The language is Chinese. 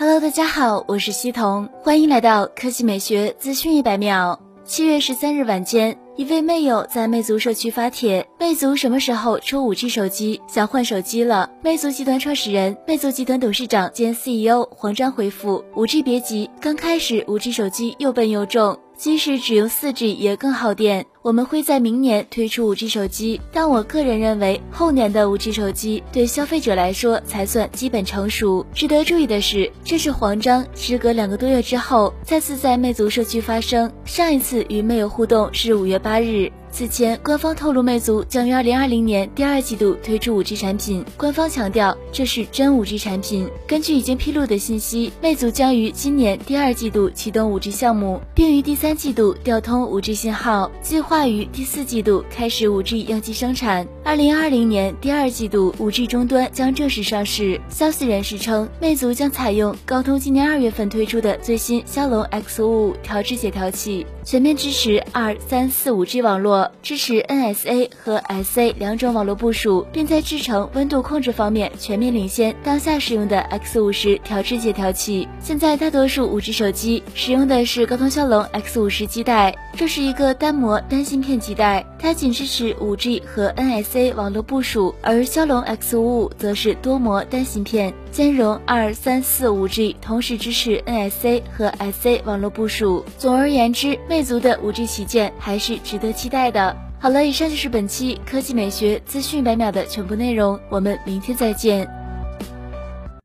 Hello， 大家好，我是西彤，欢迎来到科技美学资讯100秒。7月13日晚间，一位魅友在魅族社区发帖，魅族什么时候出 5G 手机？想换手机了。魅族集团创始人、魅族集团董事长兼 CEO 黄章回复：5G 别急，刚开始 5G 手机又笨又重，即使只用 4G 也更耗电。我们会在明年推出 5G 手机，但我个人认为后年的 5G 手机对消费者来说才算基本成熟。值得注意的是，这是黄章时隔2个多月之后再次在魅族社区发声，上一次与魅友互动是5月8日。此前，官方透露魅族将于2020年第2季度推出 5G 产品，官方强调这是真 5G 产品。根据已经披露的信息，魅族将于今年第2季度启动 5G 项目，并于第3季度调通 5G 信号，计划于第4季度开始 5G 样机生产。2020年第2季度 5G 终端将正式上市。消息人士称，魅族将采用高通今年2月份推出的最新骁龙 X55调制解调器，全面支持2、3、4、5G 网络，支持 NSA 和 SA 2种网络部署，并在制程、温度控制方面全面领先当下使用的 X50调制解调器。现在大多数 5G 手机使用的是高通骁龙 X50基带，这是一个单模单芯片基带，它仅支持 5G 和 NSA 网络部署，而骁龙 X55则是多模单芯片，兼容2、3、4、5G， 同时支持 NSA 和 SA 网络部署。总而言之，魅族的 5G 旗舰还是值得期待的。好了，以上就是本期科技美学资讯100秒的全部内容，我们明天再见。